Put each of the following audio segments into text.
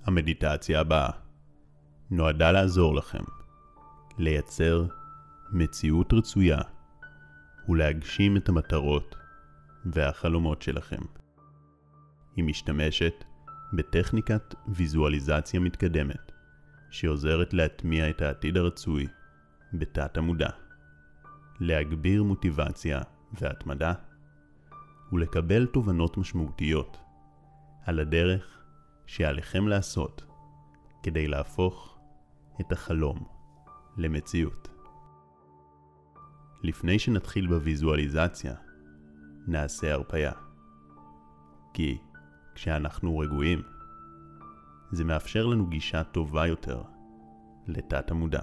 המדיטציה הבאה נועדה לעזור לכם לייצר מציאות רצויה ולהגשים את המטרות והחלומות שלכם. היא משתמשת בטכניקת ויזואליזציה מתקדמת שעוזרת להטמיע את העתיד הרצוי בתת המודע, להגביר מוטיבציה והתמדה ולקבל תובנות משמעותיות על הדרך שעליכם לעשות כדי להפוך את החלום למציאות. לפני שנתחיל בוויזואליזציה, נעשה הרפיה. כי כשאנחנו רגועים, זה מאפשר לנו גישה טובה יותר לתת המודע.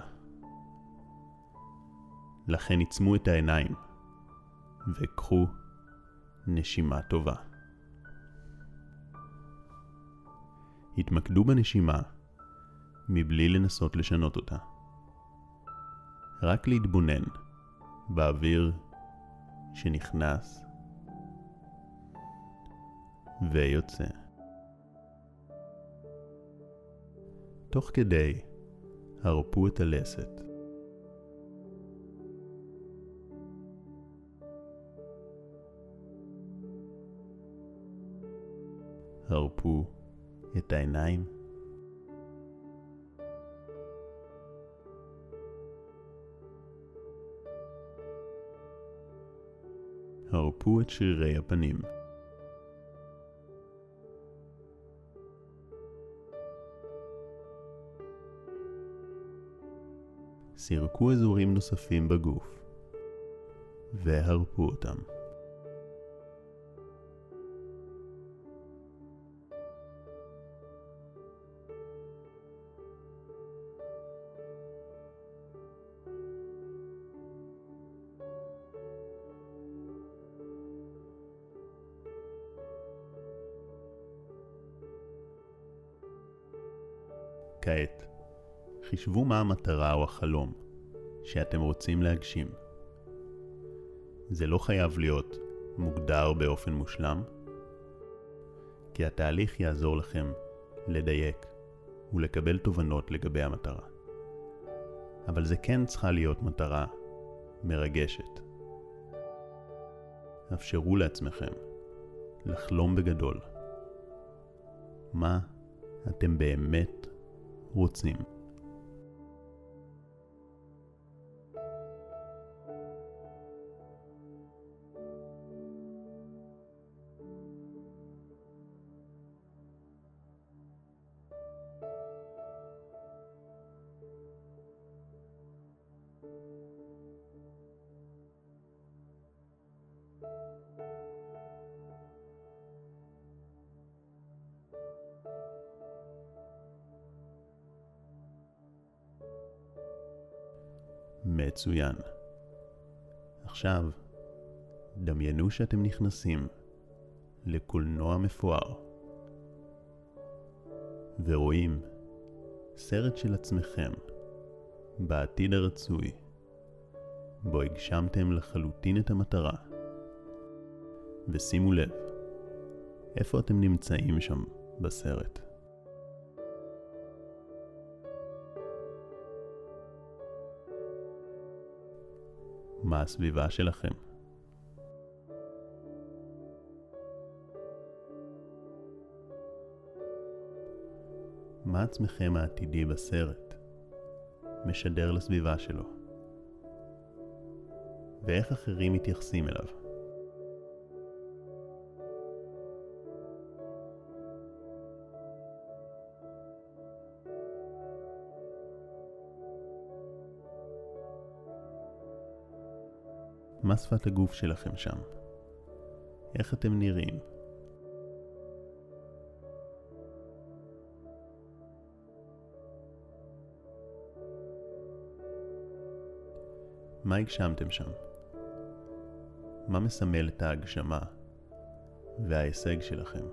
לכן עצמו את העיניים וקחו נשימה טובה. התמקדו בנשימה מבלי לנסות לשנות אותה. רק להתבונן באוויר שנכנס ויוצא. תוך כדי הרפו את הלסת. הרפו את העיניים. הרפו את שרירי הפנים. סירקו אזורים נוספים בגוף והרפו אותם. כעת, חישבו מה המטרה או החלום שאתם רוצים להגשים. זה לא חייב להיות מוגדר באופן מושלם, כי התהליך יעזור לכם לדייק ולקבל תובנות לגבי המטרה. אבל זה כן צריכה להיות מטרה מרגשת. אפשרו לעצמכם לחלום בגדול. מה אתם באמת רוצים? מצוין. עכשיו, דמיינו שאתם נכנסים לקולנוע מפואר ורואים סרט של עצמכם בעתיד הרצוי, בו הגשמתם לחלוטין את המטרה. ושימו לב, איפה אתם נמצאים שם בסרט? מה הסביבה שלכם? מה עצמכם העתידי בסרט משדר לסביבה שלו? ואיך אחרים מתייחסים אליו? מה שפת הגוף שלכם שם? איך אתם נראים? מה הגשמתם שם? מה מסמל את ההגשמה וההישג שלכם?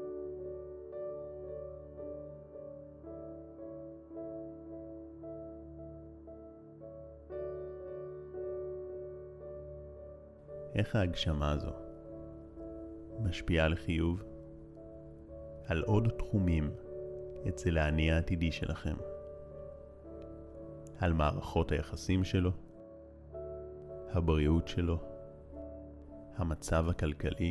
איך ההגשמה הזו משפיעה לחיוב על עוד תחומים אצל האני העתידי שלכם, על מערכות היחסים שלו, הבריאות שלו, המצב הכלכלי,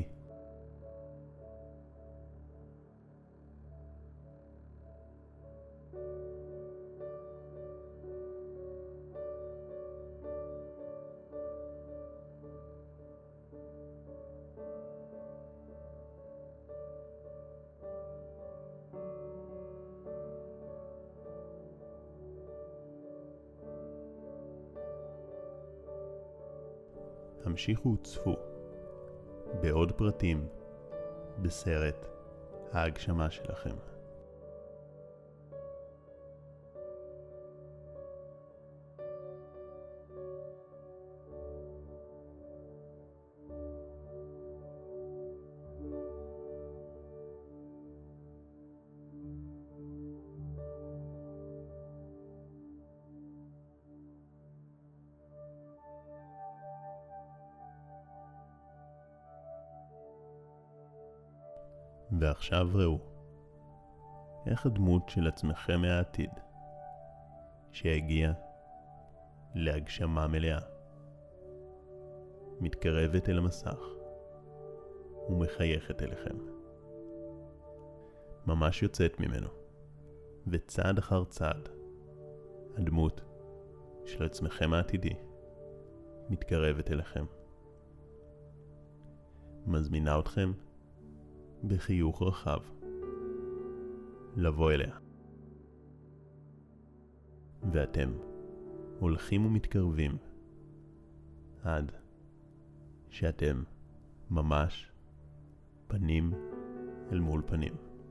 המשיכו וצפו בעוד פרטים בסרט ההגשמה שלכם. ועכשיו ראו איך הדמות של עצמכם מהעתיד שהגיעה להגשמה מלאה מתקרבת אל המסך ומחייכת אליכם. ממש יוצאת ממנו, וצעד אחר צעד הדמות של עצמכם העתידי מתקרבת אליכם. מזמינה אתכם בחיוך רחב לבוא אליה, ואתם הולכים ומתקרבים עד שאתם ממש פנים אל מול פנים.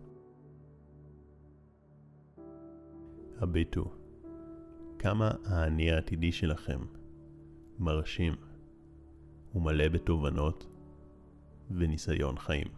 הביטו כמה האני העתידי שלכם מרשים ומלא בתובנות וניסיון חיים.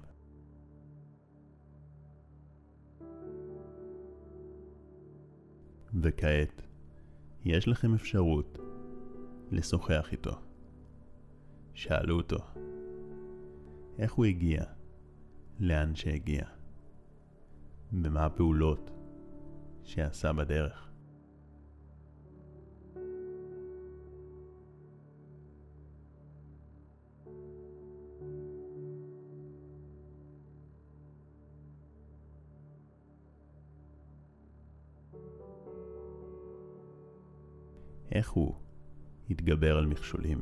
וכעת יש לכם אפשרות לשוחח איתו. שאלו אותו איך הוא הגיע לאן שהגיע, ומה הפעולות שעשה בדרך. איך הוא התגבר על מכשולים.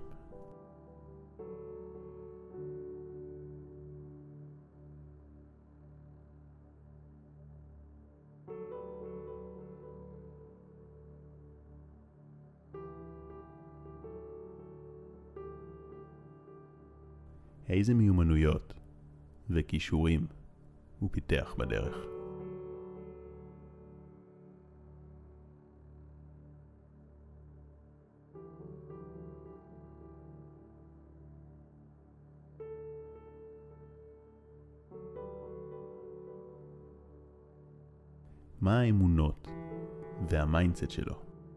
איזה מיומנויות וכישורים הוא פיתח בדרך. מה האמונות והמיינדסט שלו.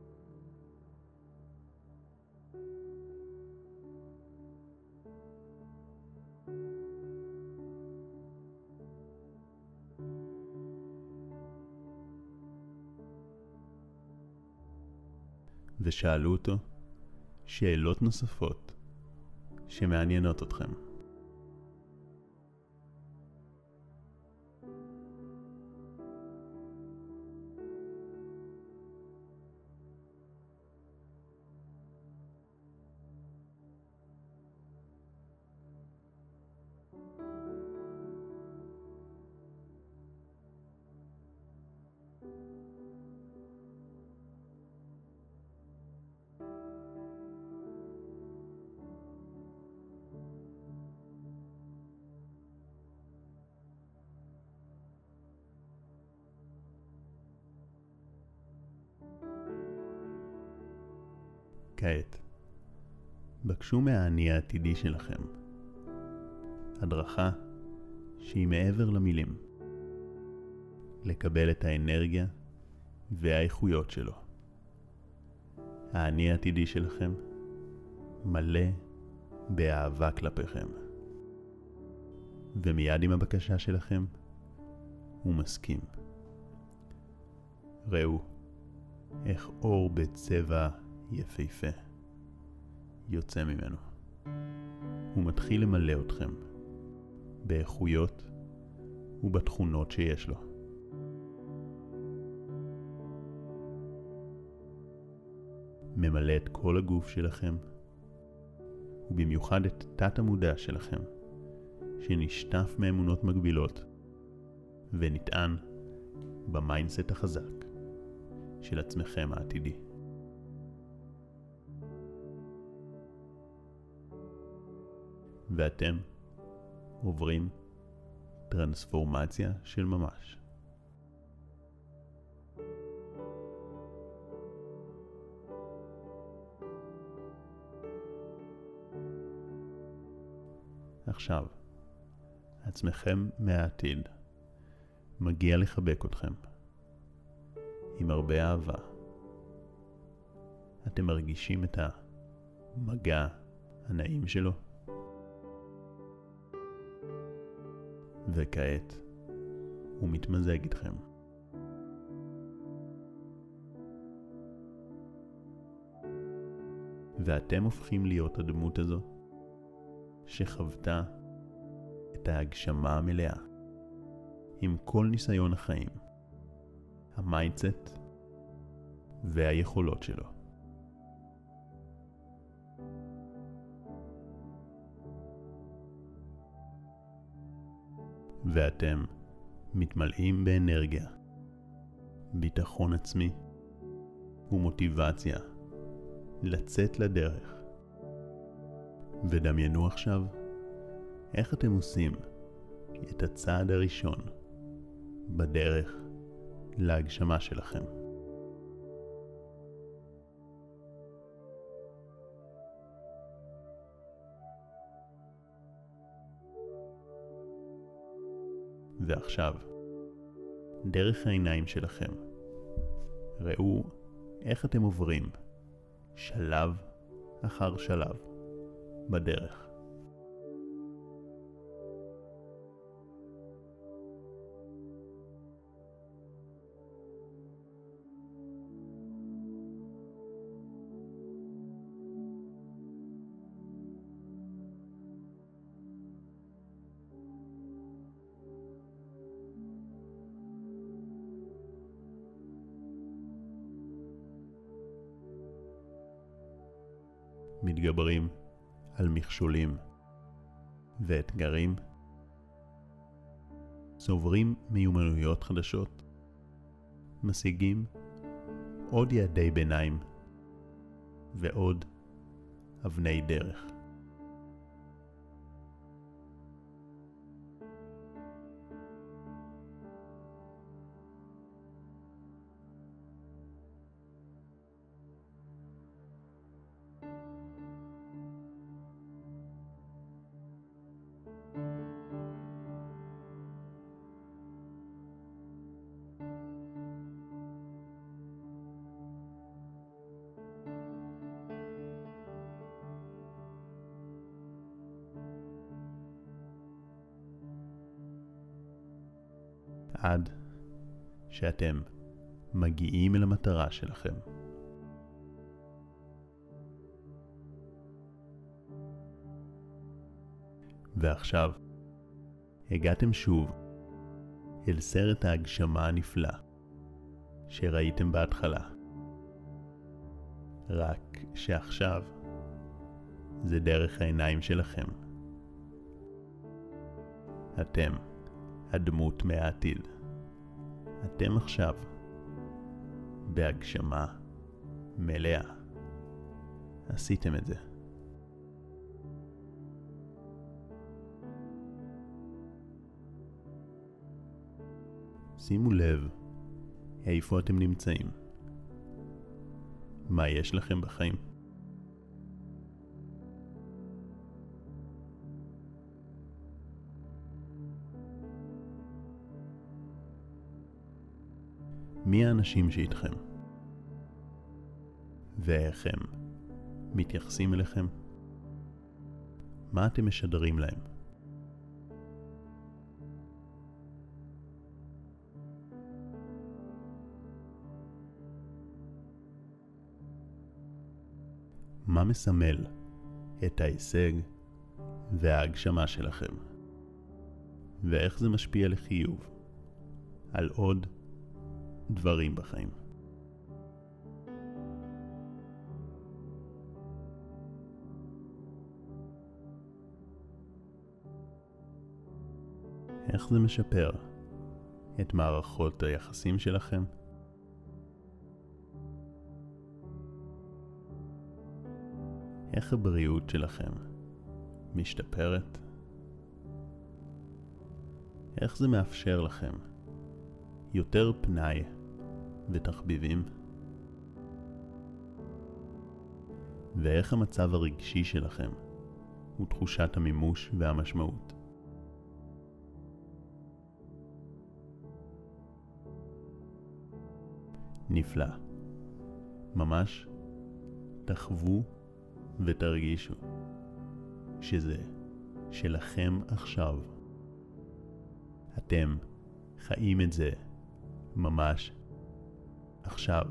ושאלו אותו שאלות נוספות שמעניינות אתכם. כעת, בקשו מהאני העתידי שלכם הדרכה שהיא מעבר למילים, לקבל את האנרגיה והאיכויות שלו. האני העתידי שלכם מלא באהבה כלפיכם, ומיד עם הבקשה שלכם הוא מסכים ראו איך אור בצבע יפהפה יוצא ממנו. הוא מתחיל למלא אתכם באיכויות ובתכונות שיש לו. ממלא את כל הגוף שלכם, ובמיוחד את תת המודע שלכם, שנשטף מאמונות מגבילות ונטען במיינדסט החזק של עצמכם העתידי. ואתם עוברים טרנספורמציה של ממש. עכשיו, עצמכם מהעתיד מגיע לחבק אתכם עם הרבה אהבה. אתם מרגישים את המגע הנעים שלו? וכעת הוא מתמזג איתכם. ואתם הופכים להיות הדמות הזו שחוותה את ההגשמה המלאה עם כל ניסיון החיים, המיינדסט והיכולות שלו. ואתם מתמלאים באנרגיה, ביטחון עצמי ומוטיבציה לצאת לדרך. ודמיינו עכשיו איך אתם עושים את הצעד הראשון בדרך להגשמה שלכם. ועכשיו, דרך העיניים שלכם, ראו איך אתם עוברים שלב אחר שלב בדרך. מתגברים על מכשולים ואתגרים, צוברים מיומנויות חדשות, משיגים עוד יעדי ביניים ועוד אבני דרך. עד שאתם מגיעים אל המטרה שלכם. ועכשיו הגעתם שוב אל סרט ההגשמה הנפלא שראיתם בהתחלה. רק שעכשיו זה דרך העיניים שלכם. אתם הדמות מהעתיד. אתם עכשיו בהגשמה מלאה. עשיתם את זה. שימו לב איפה אתם נמצאים. מה יש לכם בחיים? מי האנשים שאיתכם? ואיך הם מתייחסים אליכם? מה אתם משדרים להם? מה מסמל את ההישג וההגשמה שלכם, ואיך זה משפיע לחיוב על עוד דברים בחיים. איך זה משפר את מערכות היחסים שלכם, איך הבריאות שלכם משתפרת, איך זה מאפשר לכם יותר פנאי ותחביבים, ואיך המצב הרגשי שלכם ותחושת המימוש והמשמעות. נפלא. ממש תחוו ותרגישו שזה שלכם עכשיו. אתם חיים את זה ממש עכשיו.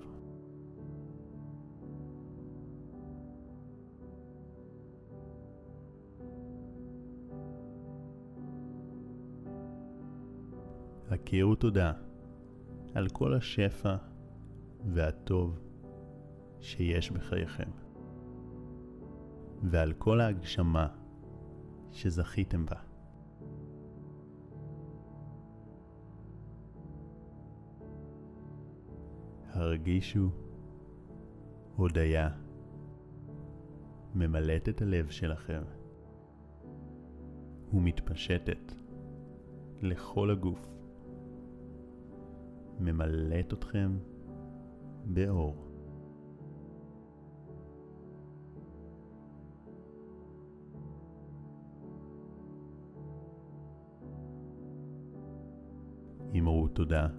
הכירו תודה על כל השפע והטוב שיש בחייכם, ועל כל ההגשמה שזכיתם בה. הרגישו הודיה ממלאת את הלב שלכם ומתפשטת לכל הגוף, ממלאת אתכם באור. אמרו תודה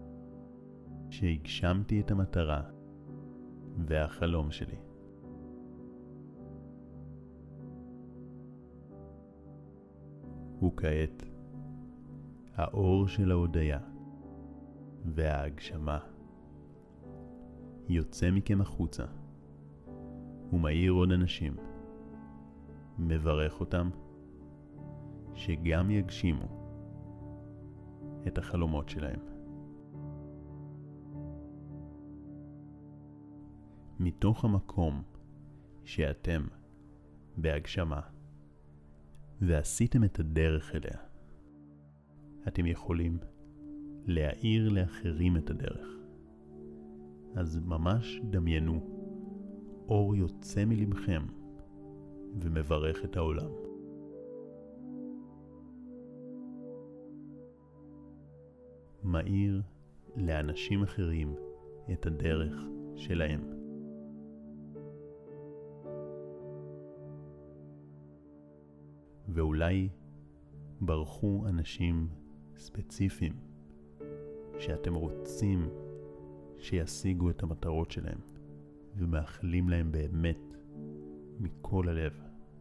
שהגשמתי את המטרה והחלום שלי. וכעת האור של ההודיה וההגשמה יוצא מכם החוצה ומאיר עוד אנשים, מברך אותם שגם יגשימו את החלומות שלהם. מתוך המקום שאתם בהגשמה ועשיתם את הדרך אליה, אתם יכולים להאיר לאחרים את הדרך. אז ממש דמיינו אור יוצא מלבכם ומברך את העולם. מאיר לאנשים אחרים את הדרך שלהם. ואולי ברחו אנשים ספציפיים שאתם רוצים שישיגו את המטרות שלהם, ומאחלים להם באמת מכל הלב.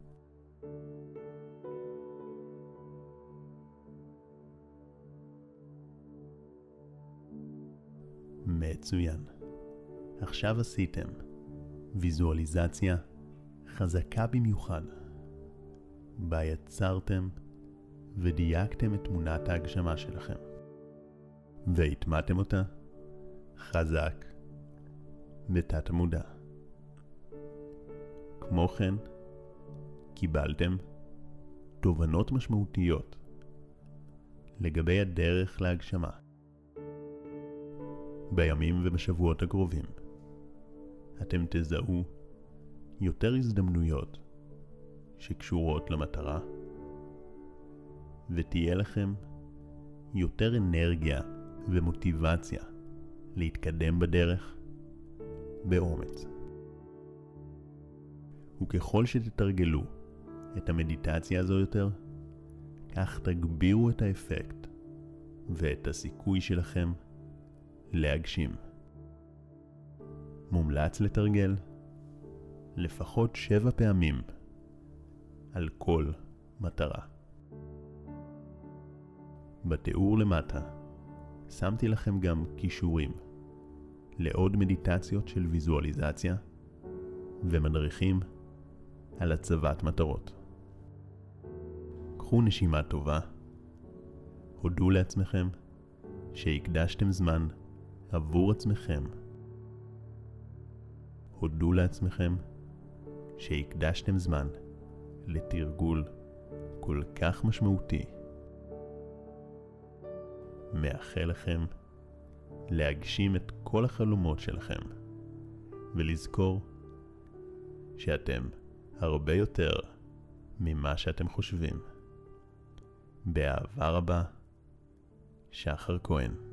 מצוין. עכשיו עשיתם ויזואליזציה חזקה במיוחד, בה יצרתם ודייקתם את תמונת ההגשמה שלכם, והטמעתם אותה חזק בתת המודע. כמו כן, קיבלתם תובנות משמעותיות לגבי הדרך להגשמה. בימים ובשבועות הקרובים אתם תזהו יותר הזדמנויות שקשורות למטרה, ותהיה לכם יותר אנרגיה ומוטיבציה להתקדם בדרך באומץ. וככל שתתרגלו את המדיטציה הזו יותר, כך תגבירו את האפקט ואת הסיכוי שלכם להגשים. מומלץ לתרגל לפחות 7 פעמים על כל מטרה. בתיאור למטה שמתי לכם גם קישורים לעוד מדיטציות של ויזואליזציה ומדריכים על הצבת מטרות. קחו נשימה טובה. הודו לעצמכם שהקדשתם זמן עבור עצמכם. הודו לעצמכם שהקדשתם זמן לתרגול כל כך משמעותי. מאחל לכם להגשים את כל החלומות שלכם ולזכור שאתם הרבה יותר ממה שאתם חושבים. באהבה רבה, שחר כהן.